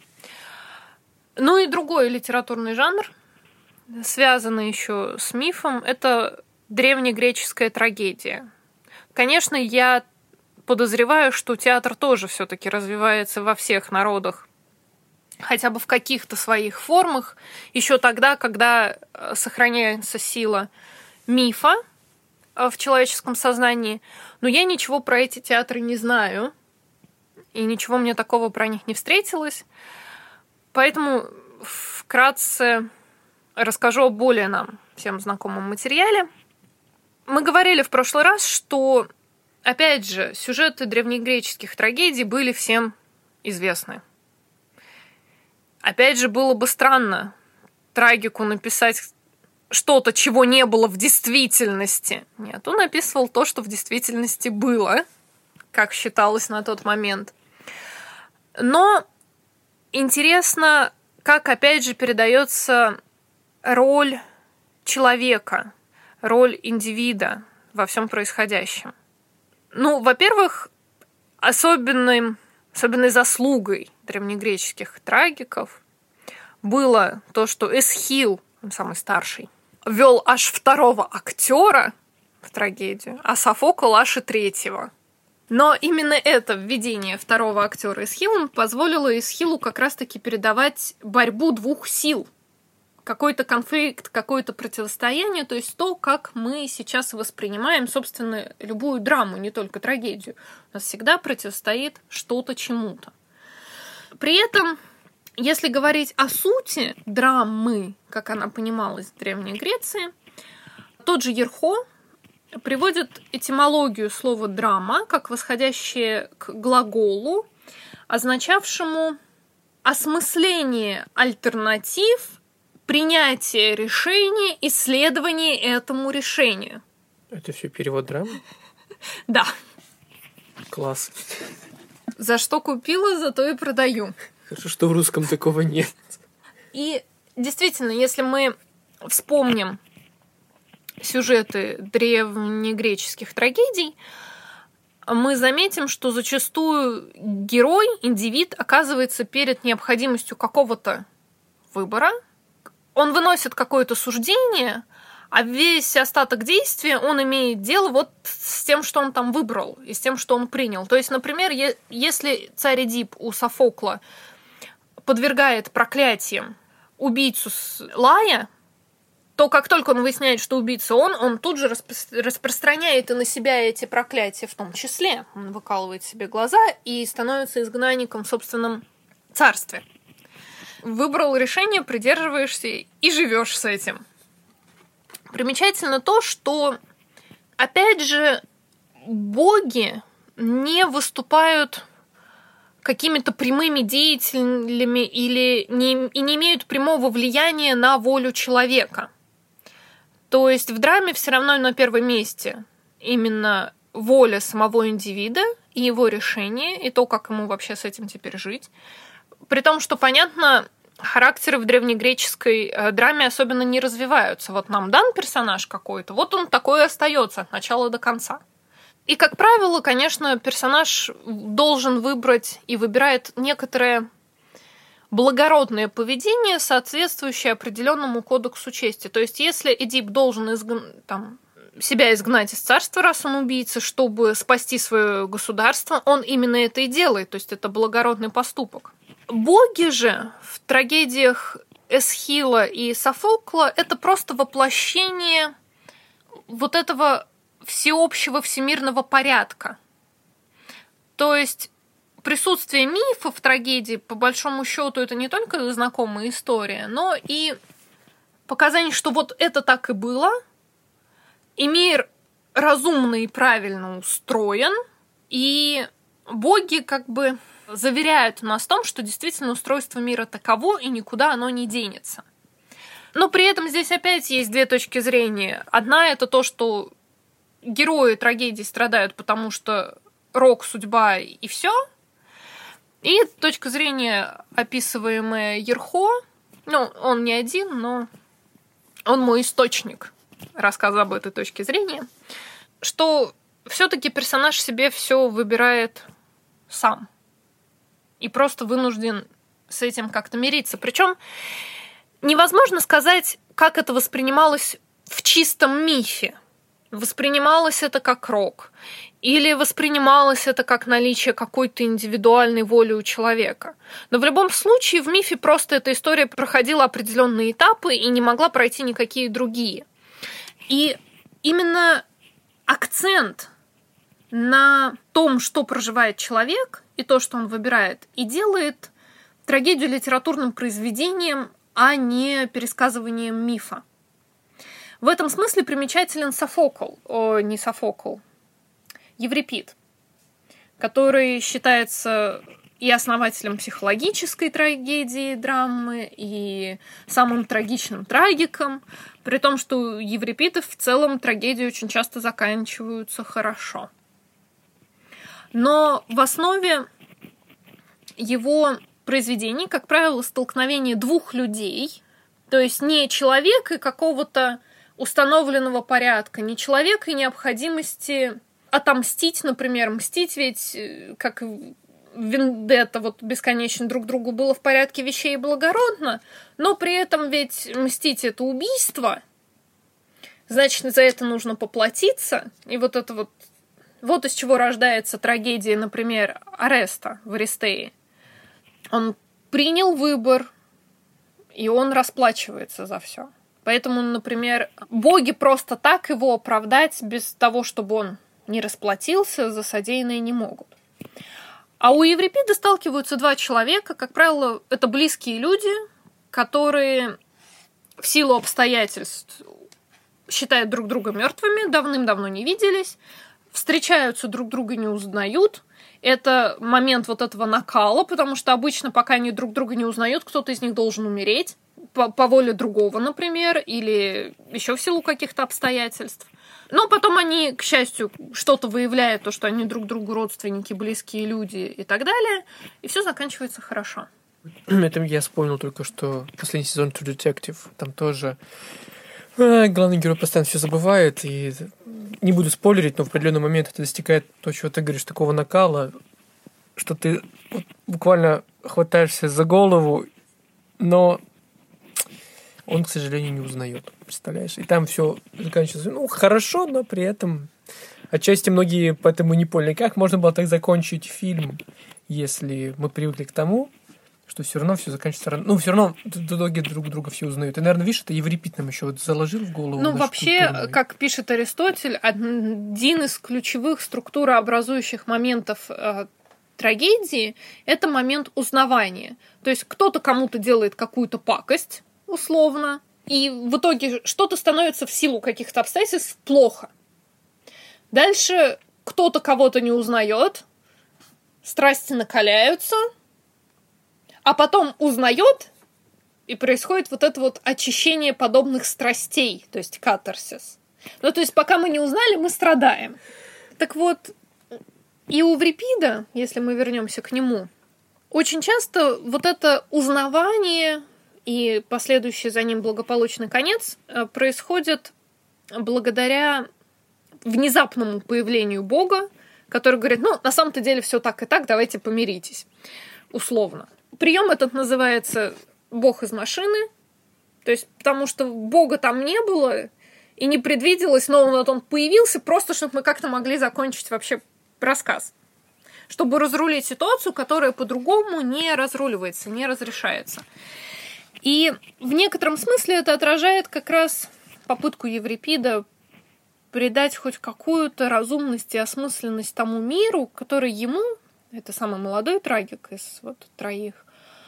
Ну и другой литературный жанр, связанный еще с мифом, это древнегреческая трагедия. Конечно, я подозреваю, что театр тоже все-таки развивается во всех народах, хотя бы в каких-то своих формах, еще тогда, когда сохраняется сила мифа в человеческом сознании. Но я ничего про эти театры не знаю, и ничего мне такого про них не встретилось. Поэтому вкратце расскажу о более нам всем знакомом материале. Мы говорили в прошлый раз, что, опять же, сюжеты древнегреческих трагедий были всем известны. Опять же, было бы странно трагику написать что-то, чего не было в действительности. Нет, он описывал то, что в действительности было, как считалось на тот момент. Но интересно, как, опять же, передается роль человека, роль индивида во всем происходящем. Ну, во-первых, особенной заслугой древнегреческих трагиков было то, что Эсхил, он самый старший, ввел аж 2-го актера в трагедию, а Софокл аж и 3-го. Но именно это введение 2-го актера Эсхилом позволило Эсхилу как раз-таки передавать борьбу двух сил. Какой-то конфликт, какое-то противостояние, то есть то, как мы сейчас воспринимаем, собственно, любую драму, не только трагедию. У нас всегда противостоит что-то чему-то. При этом, если говорить о сути драмы, как она понималась в Древней Греции, тот же Ерхо приводит этимологию слова «драма» как восходящее к глаголу, означавшему осмысление альтернатив принятие решения и следование этому решению. Это все перевод драмы? Да. Класс. За что купила, зато и продаю. Хорошо, что в русском такого нет. И действительно, если мы вспомним сюжеты древнегреческих трагедий, мы заметим, что зачастую герой, индивид, оказывается перед необходимостью какого-то выбора. Он выносит какое-то суждение, а весь остаток действия он имеет дело вот с тем, что он там выбрал, и с тем, что он принял. То есть, например, если царь Эдип у Софокла подвергает проклятиям убийцу Лая, то как только он выясняет, что убийца он тут же распространяет и на себя эти проклятия в том числе. Он выкалывает себе глаза и становится изгнанником в собственном царстве. Выбрал решение, придерживаешься и живешь с этим. Примечательно то, что, опять же, боги не выступают какими-то прямыми деятелями и не имеют прямого влияния на волю человека. То есть в драме все равно на первом месте именно воля самого индивида и его решение, и то, как ему вообще с этим теперь жить. При том, что, понятно, характеры в древнегреческой драме особенно не развиваются. Вот нам дан персонаж какой-то, вот он такой и остается от начала до конца. И, как правило, конечно, персонаж должен выбрать и выбирает некоторое благородное поведение, соответствующее определенному кодексу чести. То есть, если Эдип должен себя изгнать из царства, раз он убийца, чтобы спасти свое государство, он именно это и делает. То есть, это благородный поступок. Боги же в трагедиях Эсхила и Софокла это просто воплощение вот этого всеобщего всемирного порядка. То есть присутствие мифа в трагедии, по большому счету, это не только знакомая история, но и показание, что вот это так и было, и мир разумно и правильно устроен, и боги как бы заверяют нас в том, что действительно устройство мира таково, и никуда оно не денется. Но при этом здесь опять есть две точки зрения. Одна — это то, что герои трагедии страдают, потому что рок, судьба и все. И точка зрения, описываемая Ерхо, он не один, но он мой источник рассказа об этой точке зрения, что все-таки персонаж себе все выбирает сам. И просто вынужден с этим как-то мириться. Причем невозможно сказать, как это воспринималось в чистом мифе. Воспринималось это как рок. Или воспринималось это как наличие какой-то индивидуальной воли у человека. Но в любом случае в мифе просто эта история проходила определенные этапы и не могла пройти никакие другие. И именно акцент на том, что проживает человек, и то, что он выбирает, и делает трагедию литературным произведением, а не пересказыванием мифа. В этом смысле примечателен Еврипид, который считается и основателем психологической трагедии, драмы, и самым трагичным трагиком, при том, что у Еврипида в целом трагедии очень часто заканчиваются хорошо. Но в основе его произведений, как правило, столкновение двух людей, то есть не человека и какого-то установленного порядка, не человека и необходимости отомстить, например. Мстить ведь, как вендетта, вот бесконечно друг другу было в порядке вещей и благородно, но при этом ведь мстить — это убийство, значит, за это нужно поплатиться, и вот это вот из чего рождается трагедия, например, Ореста в Аристее. Он принял выбор, и он расплачивается за все. Поэтому, например, боги просто так его оправдать без того, чтобы он не расплатился за содеянное, не могут. А у Еврипида сталкиваются два человека, как правило, это близкие люди, которые в силу обстоятельств считают друг друга мертвыми, давным-давно не виделись, встречаются, друг друга не узнают. Это момент вот этого накала, потому что обычно, пока они друг друга не узнают, кто-то из них должен умереть. по воле другого, например, или еще в силу каких-то обстоятельств. Но потом они, к счастью, что-то выявляют, то, что они друг другу родственники, близкие люди и так далее, и все заканчивается хорошо. Это я вспомнил только, что последний сезон True Detective, там тоже главный герой постоянно все забывает, и не буду спойлерить, но в определенный момент это достигает то, чего ты говоришь, такого накала, что ты буквально хватаешься за голову, но он, к сожалению, не узнает, представляешь? И там все заканчивается, хорошо, но при этом отчасти многие поэтому не поняли, как можно было так закончить фильм, если мы привыкли к тому, что все равно все заканчивается рано. Все равно в итоге друг друга все узнают. И, наверное, видишь, это Еврипид нам еще заложил в голову. Вообще, как пишет Аристотель, один из ключевых структурообразующих моментов трагедии – это момент узнавания. То есть кто-то кому-то делает какую-то пакость, условно, и в итоге что-то становится в силу каких-то обстоятельств плохо. Дальше кто-то кого-то не узнает, страсти накаляются, а потом узнает, и происходит вот это вот очищение подобных страстей, то есть катарсис. То есть пока мы не узнали, мы страдаем. Так вот, и у Еврипида, если мы вернемся к нему, очень часто вот это узнавание и последующий за ним благополучный конец происходит благодаря внезапному появлению Бога, который говорит, на самом-то деле все так и так, давайте помиритесь, условно. Прием этот называется «Бог из машины», то есть потому что Бога там не было и не предвиделось, но он появился просто, чтобы мы как-то могли закончить вообще рассказ, чтобы разрулить ситуацию, которая по-другому не разруливается, не разрешается. И в некотором смысле это отражает как раз попытку Еврипида придать хоть какую-то разумность и осмысленность тому миру, который ему, это самый молодой трагик из троих,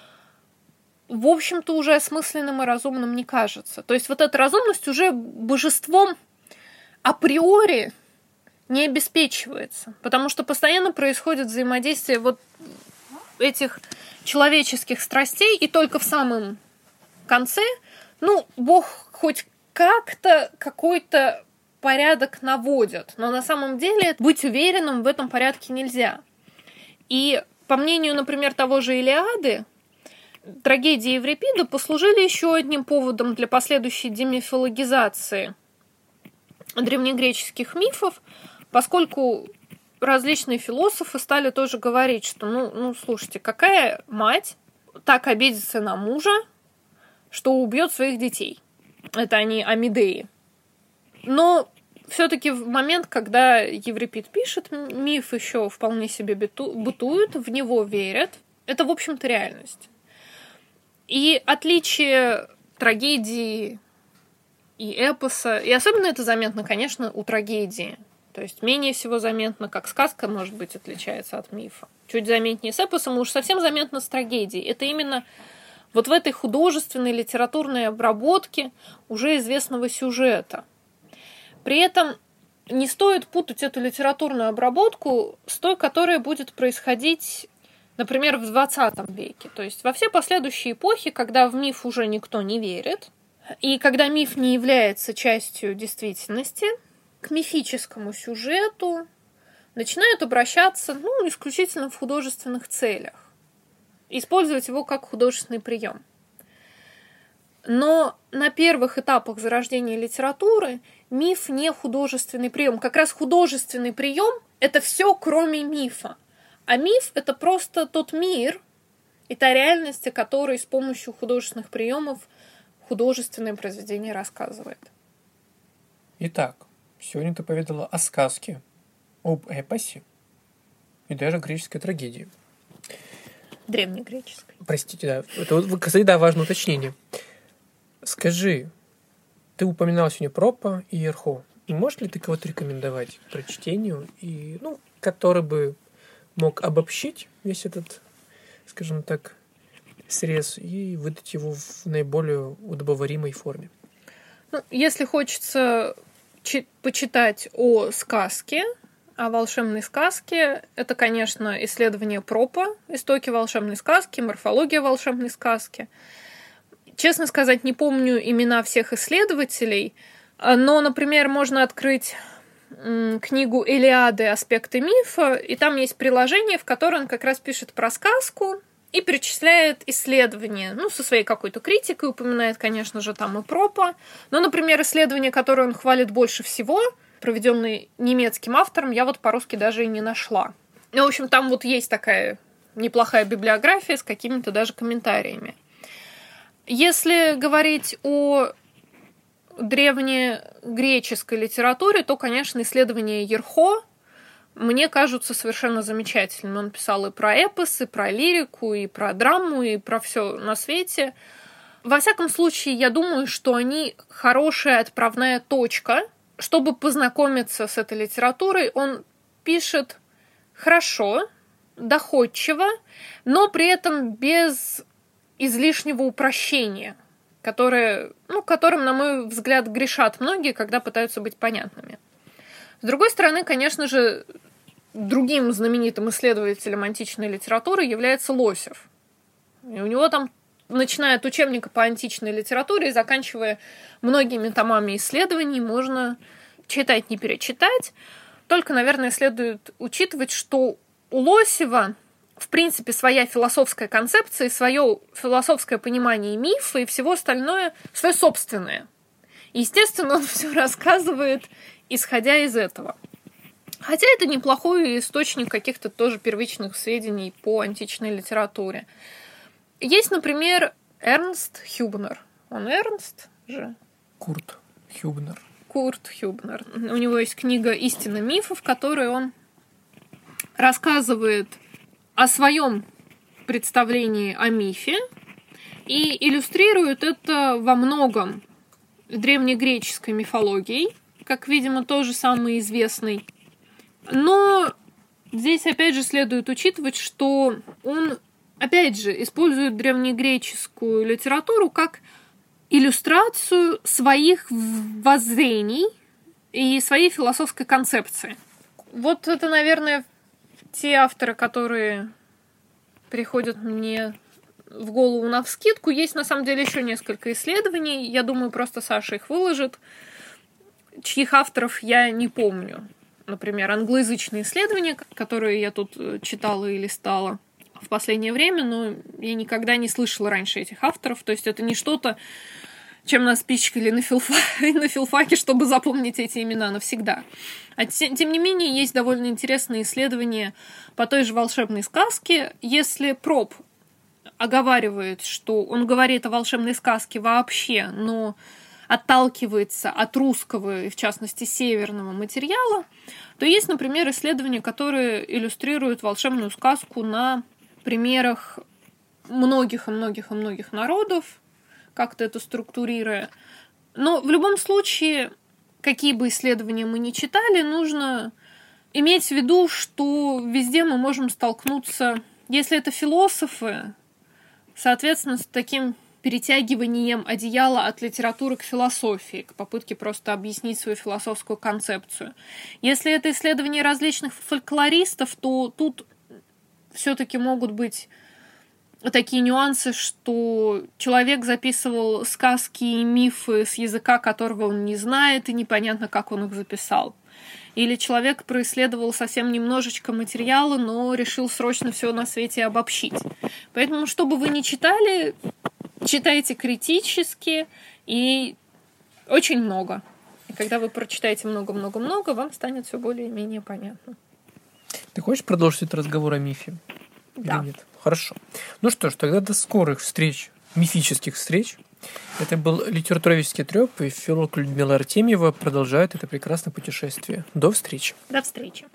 в общем-то уже осмысленным и разумным не кажется. То есть вот эта разумность уже божеством априори не обеспечивается, потому что постоянно происходит взаимодействие этих человеческих страстей, и только в самом конце, Бог хоть как-то какой-то порядок наводит, но на самом деле быть уверенным в этом порядке нельзя. И по мнению, например, того же Илиады, трагедии Еврипида послужили еще одним поводом для последующей демифологизации древнегреческих мифов, поскольку различные философы стали тоже говорить, что, слушайте, какая мать так обидится на мужа, что убьет своих детей. Это они Амидеи. Но все-таки в момент, когда Еврипид пишет, миф еще вполне себе бытует, в него верят. Это, в общем-то, реальность. И отличие трагедии и эпоса, и особенно это заметно, конечно, у трагедии. То есть менее всего заметно, как сказка, может быть, отличается от мифа. Чуть заметнее с эпосом, уж совсем заметно с трагедией. Это именно в этой художественной литературной обработке уже известного сюжета. При этом не стоит путать эту литературную обработку с той, которая будет происходить, например, в 20 веке. То есть во все последующие эпохи, когда в миф уже никто не верит, и когда миф не является частью действительности, к мифическому сюжету начинают обращаться исключительно в художественных целях. Использовать его как художественный прием. Но на первых этапах зарождения литературы миф не художественный прием. Как раз художественный прием – это все, кроме мифа. А миф – это просто тот мир и та реальность, о которой с помощью художественных приемов художественное произведение рассказывает. Итак, сегодня ты поведала о сказке, об эпосе и даже греческой трагедии. Древнегреческой. Простите, да. Это, кстати, важное уточнение. Скажи, ты упоминал сегодня Пропа и Ерхо. И можешь ли ты кого-то рекомендовать к прочтению, и, который бы мог обобщить весь этот, скажем так, срез и выдать его в наиболее удобоваримой форме? Если хочется почитать о сказке, о волшебной сказке, это, конечно, исследование Пропа, истоки волшебной сказки, морфология волшебной сказки. честно сказать, не помню имена всех исследователей, но, например, можно открыть книгу «Илиады. Аспекты мифа», и там есть приложение, в котором он как раз пишет про сказку и перечисляет исследования, со своей какой-то критикой, упоминает, конечно же, там и Пропа. Но, например, исследование, которое он хвалит больше всего, проведенное немецким автором, я вот по-русски даже и не нашла. В общем, там вот есть такая неплохая библиография с какими-то даже комментариями. Если говорить о древнегреческой литературе, то, конечно, исследования Ерхо мне кажутся совершенно замечательными. Он писал и про эпос, и про лирику, и про драму, и про все на свете. Во всяком случае, я думаю, что они хорошая отправная точка. Чтобы познакомиться с этой литературой, он пишет хорошо, доходчиво, но при этом без излишнего упрощения, которым, на мой взгляд, грешат многие, когда пытаются быть понятными. С другой стороны, конечно же, другим знаменитым исследователем античной литературы является Лосев. И у него там, начиная от учебника по античной литературе и заканчивая многими томами исследований, можно читать, не перечитать. Только, наверное, следует учитывать, что у Лосева в принципе, своя философская концепция, свое философское понимание мифа и всего остальное свое собственное. Естественно, он все рассказывает, исходя из этого. Хотя это неплохой источник каких-то тоже первичных сведений по античной литературе. Есть, например, Эрнст Хюбнер. Он Эрнст же? Курт Хюбнер. Курт Хюбнер. У него есть книга «Истина мифов», в которой он рассказывает о своем представлении о мифе и иллюстрирует это во многом древнегреческой мифологией, как, видимо, тоже самый известный. Но здесь, опять же, следует учитывать, что он, опять же, использует древнегреческую литературу как иллюстрацию своих воззрений и своей философской концепции. Вот это, наверное, те авторы, которые приходят мне в голову навскидку. Есть, на самом деле, еще несколько исследований. Я думаю, просто Саша их выложит, чьих авторов я не помню. Например, англоязычные исследования, которые я тут читала и листала в последнее время, но я никогда не слышала раньше этих авторов. То есть это не что-то, чем нас пичкали на филфаке, чтобы запомнить эти имена навсегда. Тем не менее, есть довольно интересные исследования по той же волшебной сказке. Если Проб оговаривает, что он говорит о волшебной сказке вообще, но отталкивается от русского и, в частности, северного материала, то есть, например, исследования, которые иллюстрируют волшебную сказку на примерах многих народов, как-то это структурируя. Но в любом случае, какие бы исследования мы ни читали, нужно иметь в виду, что везде мы можем столкнуться, если это философы, соответственно, с таким перетягиванием одеяла от литературы к философии, к попытке просто объяснить свою философскую концепцию. Если это исследование различных фольклористов, то тут все-таки могут быть такие нюансы, что человек записывал сказки и мифы с языка, которого он не знает, и непонятно, как он их записал. Или человек происследовал совсем немножечко материала, но решил срочно все на свете обобщить. Поэтому, что бы вы ни читали, читайте критически и очень много. И когда вы прочитаете много-много-много, вам станет все более-менее понятно. Ты хочешь продолжить этот разговор о мифе? Да. Или нет? Хорошо. Ну что ж, тогда до скорых встреч, мифических встреч. Это был литературоведческий трёп, и филолог Людмила Артемьева продолжает это прекрасное путешествие. До встречи. До встречи.